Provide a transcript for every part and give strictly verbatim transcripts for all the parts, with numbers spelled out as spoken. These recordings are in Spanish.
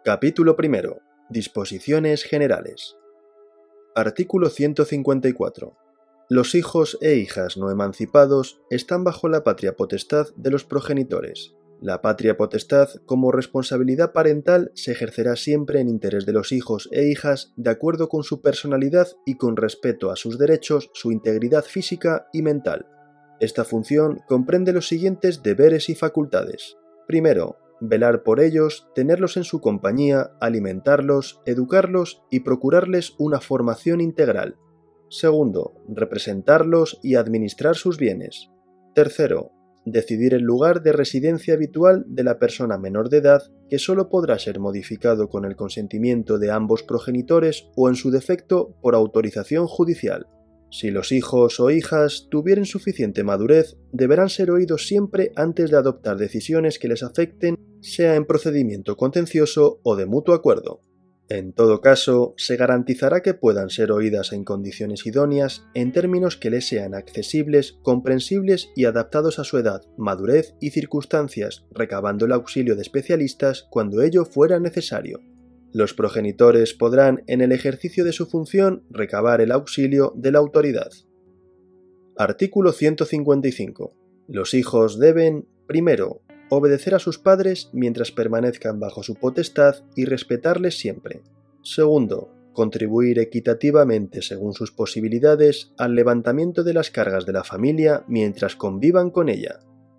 Capítulo primero. Disposiciones generales. Artículo ciento cincuenta y cuatro. Los hijos e hijas no emancipados están bajo la patria potestad de los progenitores. La patria potestad, como responsabilidad parental, se ejercerá siempre en interés de los hijos e hijas de acuerdo con su personalidad y con respeto a sus derechos, su integridad física y mental. Esta función comprende los siguientes deberes y facultades. Primero, velar por ellos, tenerlos en su compañía, alimentarlos, educarlos y procurarles una formación integral. Segundo, representarlos y administrar sus bienes. Tercero, decidir el lugar de residencia habitual de la persona menor de edad, que solo podrá ser modificado con el consentimiento de ambos progenitores o, en su defecto, por autorización judicial. Si los hijos o hijas tuvieren suficiente madurez, deberán ser oídos siempre antes de adoptar decisiones que les afecten, sea en procedimiento contencioso o de mutuo acuerdo. En todo caso, se garantizará que puedan ser oídas en condiciones idóneas, en términos que les sean accesibles, comprensibles y adaptados a su edad, madurez y circunstancias, recabando el auxilio de especialistas cuando ello fuera necesario. Los progenitores podrán, en el ejercicio de su función, recabar el auxilio de la autoridad. Artículo ciento cincuenta y cinco. Los hijos deben, primero, obedecer a sus padres mientras permanezcan bajo su potestad y respetarles siempre. Segundo, contribuir equitativamente según sus posibilidades al levantamiento de las cargas de la familia mientras convivan con ella.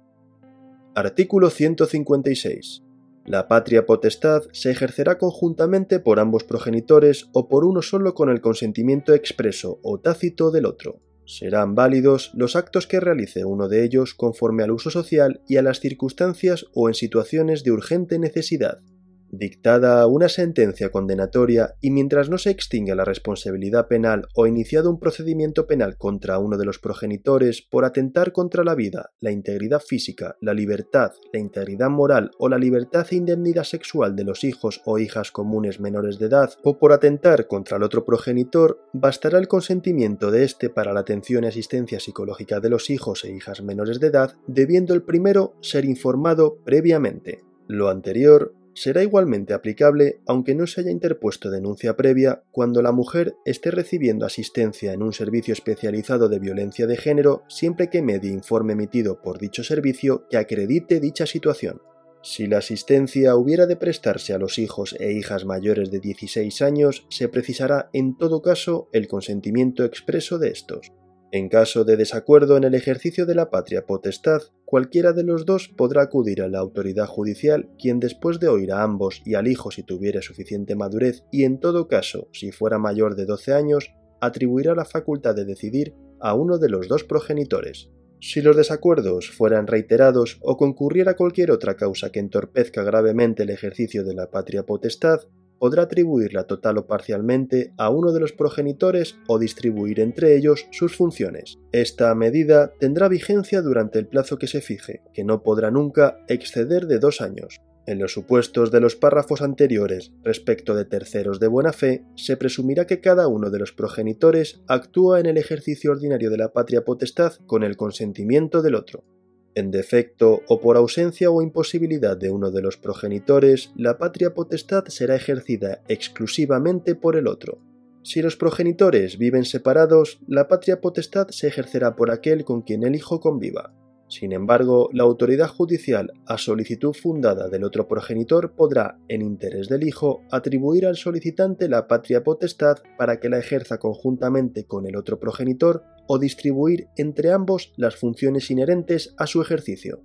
Artículo ciento cincuenta y seis. La patria potestad se ejercerá conjuntamente por ambos progenitores o por uno solo con el consentimiento expreso o tácito del otro. Serán válidos los actos que realice uno de ellos conforme al uso social y a las circunstancias o en situaciones de urgente necesidad. Dictada una sentencia condenatoria y mientras no se extinga la responsabilidad penal o iniciado un procedimiento penal contra uno de los progenitores por atentar contra la vida, la integridad física, la libertad, la integridad moral o la libertad e indemnidad sexual de los hijos o hijas comunes menores de edad o por atentar contra el otro progenitor, bastará el consentimiento de éste para la atención y asistencia psicológica de los hijos e hijas menores de edad, debiendo el primero ser informado previamente. Lo anterior será igualmente aplicable aunque no se haya interpuesto denuncia previa cuando la mujer esté recibiendo asistencia en un servicio especializado de violencia de género, siempre que medie informe emitido por dicho servicio que acredite dicha situación. Si la asistencia hubiera de prestarse a los hijos e hijas mayores de dieciséis años, se precisará en todo caso el consentimiento expreso de estos. En caso de desacuerdo en el ejercicio de la patria potestad, cualquiera de los dos podrá acudir a la autoridad judicial, quien después de oír a ambos y al hijo si tuviera suficiente madurez y en todo caso, si fuera mayor de doce años, atribuirá la facultad de decidir a uno de los dos progenitores. Si los desacuerdos fueran reiterados o concurriera cualquier otra causa que entorpezca gravemente el ejercicio de la patria potestad, podrá atribuirla total o parcialmente a uno de los progenitores o distribuir entre ellos sus funciones. Esta medida tendrá vigencia durante el plazo que se fije, que no podrá nunca exceder de dos años. En los supuestos de los párrafos anteriores respecto de terceros de buena fe, se presumirá que cada uno de los progenitores actúa en el ejercicio ordinario de la patria potestad con el consentimiento del otro. En defecto o por ausencia o imposibilidad de uno de los progenitores, la patria potestad será ejercida exclusivamente por el otro. Si los progenitores viven separados, la patria potestad se ejercerá por aquel con quien el hijo conviva. Sin embargo, la autoridad judicial, a solicitud fundada del otro progenitor, podrá, en interés del hijo, atribuir al solicitante la patria potestad para que la ejerza conjuntamente con el otro progenitor o distribuir entre ambos las funciones inherentes a su ejercicio.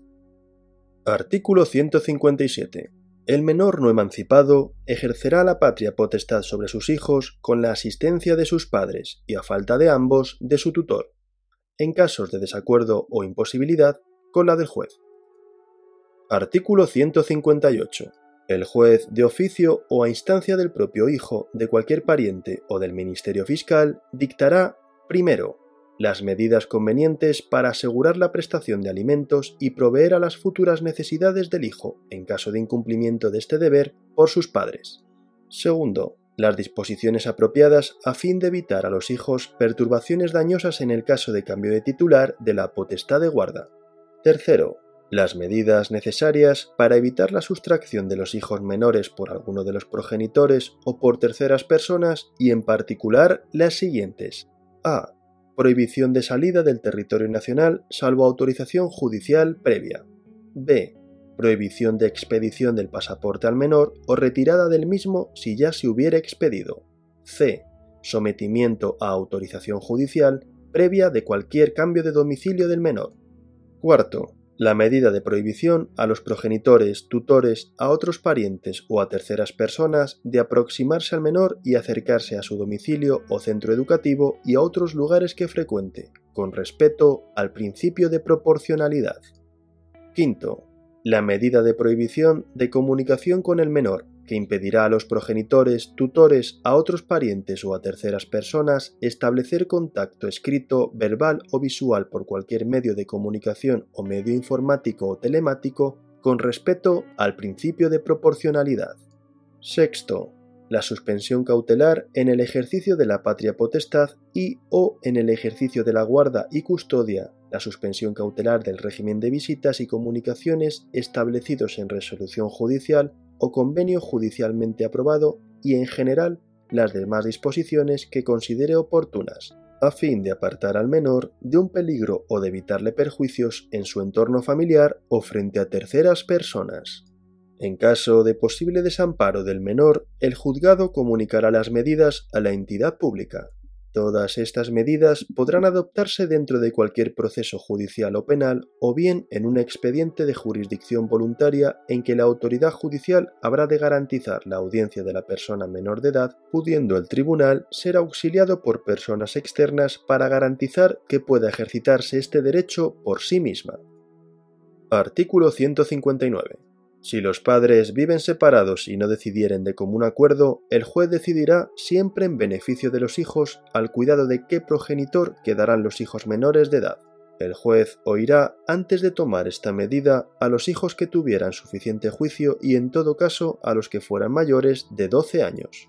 Artículo ciento cincuenta y siete. El menor no emancipado ejercerá la patria potestad sobre sus hijos con la asistencia de sus padres y, a falta de ambos, de su tutor. En casos de desacuerdo o imposibilidad, con la del juez. Artículo ciento cincuenta y ocho. El juez, de oficio o a instancia del propio hijo, de cualquier pariente o del Ministerio Fiscal, dictará, primero, las medidas convenientes para asegurar la prestación de alimentos y proveer a las futuras necesidades del hijo, en caso de incumplimiento de este deber, por sus padres. Segundo, las disposiciones apropiadas a fin de evitar a los hijos perturbaciones dañosas en el caso de cambio de titular de la potestad de guarda. Tercero, Las medidas necesarias para evitar la sustracción de los hijos menores por alguno de los progenitores o por terceras personas y en particular las siguientes. A. Prohibición de salida del territorio nacional salvo autorización judicial previa. B. Prohibición de expedición del pasaporte al menor o retirada del mismo si ya se hubiera expedido. C. Sometimiento a autorización judicial previa de cualquier cambio de domicilio del menor. Cuarto. La medida de prohibición a los progenitores, tutores, a otros parientes o a terceras personas de aproximarse al menor y acercarse a su domicilio o centro educativo y a otros lugares que frecuente, con respeto al principio de proporcionalidad. Quinto. La medida de prohibición de comunicación con el menor, que impedirá a los progenitores, tutores, a otros parientes o a terceras personas establecer contacto escrito, verbal o visual por cualquier medio de comunicación o medio informático o telemático con respeto al principio de proporcionalidad. Sexto. La suspensión cautelar en el ejercicio de la patria potestad y o en el ejercicio de la guarda y custodia, la suspensión cautelar del régimen de visitas y comunicaciones establecidos en resolución judicial o convenio judicialmente aprobado y, en general, las demás disposiciones que considere oportunas, a fin de apartar al menor de un peligro o de evitarle perjuicios en su entorno familiar o frente a terceras personas. En caso de posible desamparo del menor, el juzgado comunicará las medidas a la entidad pública. Todas estas medidas podrán adoptarse dentro de cualquier proceso judicial o penal o bien en un expediente de jurisdicción voluntaria en que la autoridad judicial habrá de garantizar la audiencia de la persona menor de edad, pudiendo el tribunal ser auxiliado por personas externas para garantizar que pueda ejercitarse este derecho por sí misma. Artículo ciento cincuenta y nueve. Si los padres viven separados y no decidieren de común acuerdo, el juez decidirá siempre en beneficio de los hijos al cuidado de qué progenitor quedarán los hijos menores de edad. El juez oirá, antes de tomar esta medida, a los hijos que tuvieran suficiente juicio y en todo caso a los que fueran mayores de doce años.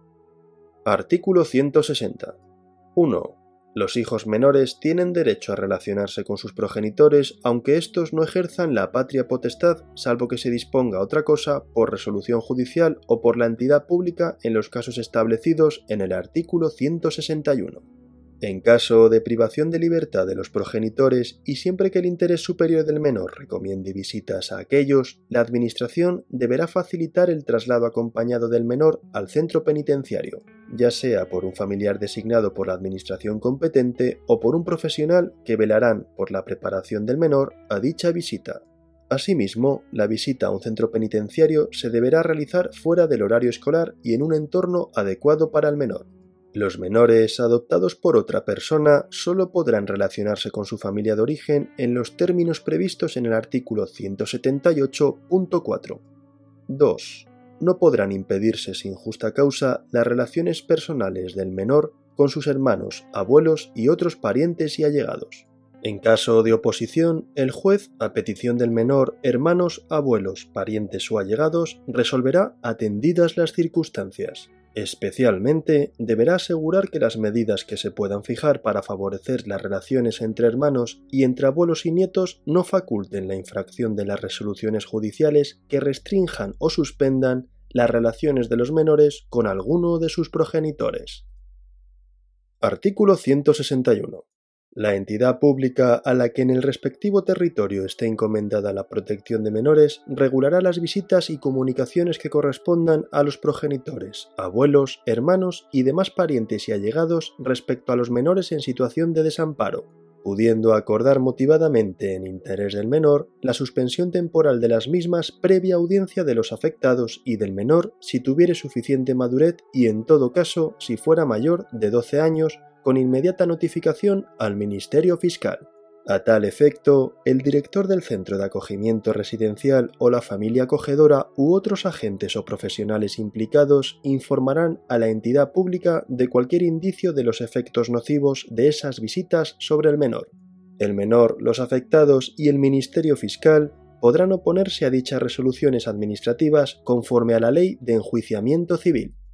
Artículo ciento sesenta. uno. Los hijos menores tienen derecho a relacionarse con sus progenitores aunque éstos no ejerzan la patria potestad, salvo que se disponga otra cosa por resolución judicial o por la entidad pública en los casos establecidos en el artículo ciento sesenta y uno. En caso de privación de libertad de los progenitores y siempre que el interés superior del menor recomiende visitas a aquellos, la Administración deberá facilitar el traslado acompañado del menor al centro penitenciario, ya sea por un familiar designado por la Administración competente o por un profesional que velarán por la preparación del menor a dicha visita. Asimismo, la visita a un centro penitenciario se deberá realizar fuera del horario escolar y en un entorno adecuado para el menor. Los menores adoptados por otra persona solo podrán relacionarse con su familia de origen en los términos previstos en el artículo ciento setenta y ocho punto cuatro. dos. No podrán impedirse sin justa causa las relaciones personales del menor con sus hermanos, abuelos y otros parientes y allegados. En caso de oposición, el juez, a petición del menor, hermanos, abuelos, parientes o allegados, resolverá atendidas las circunstancias. Especialmente, deberá asegurar que las medidas que se puedan fijar para favorecer las relaciones entre hermanos y entre abuelos y nietos no faculten la infracción de las resoluciones judiciales que restrinjan o suspendan las relaciones de los menores con alguno de sus progenitores. Artículo ciento sesenta y uno. La entidad pública a la que en el respectivo territorio esté encomendada la protección de menores regulará las visitas y comunicaciones que correspondan a los progenitores, abuelos, hermanos y demás parientes y allegados respecto a los menores en situación de desamparo, pudiendo acordar motivadamente en interés del menor la suspensión temporal de las mismas previa audiencia de los afectados y del menor si tuviere suficiente madurez y en todo caso si fuera mayor de doce años con inmediata notificación al Ministerio Fiscal. A tal efecto, el director del centro de acogimiento residencial o la familia acogedora u otros agentes o profesionales implicados informarán a la entidad pública de cualquier indicio de los efectos nocivos de esas visitas sobre el menor. El menor, los afectados y el Ministerio Fiscal podrán oponerse a dichas resoluciones administrativas conforme a la Ley de Enjuiciamiento Civil.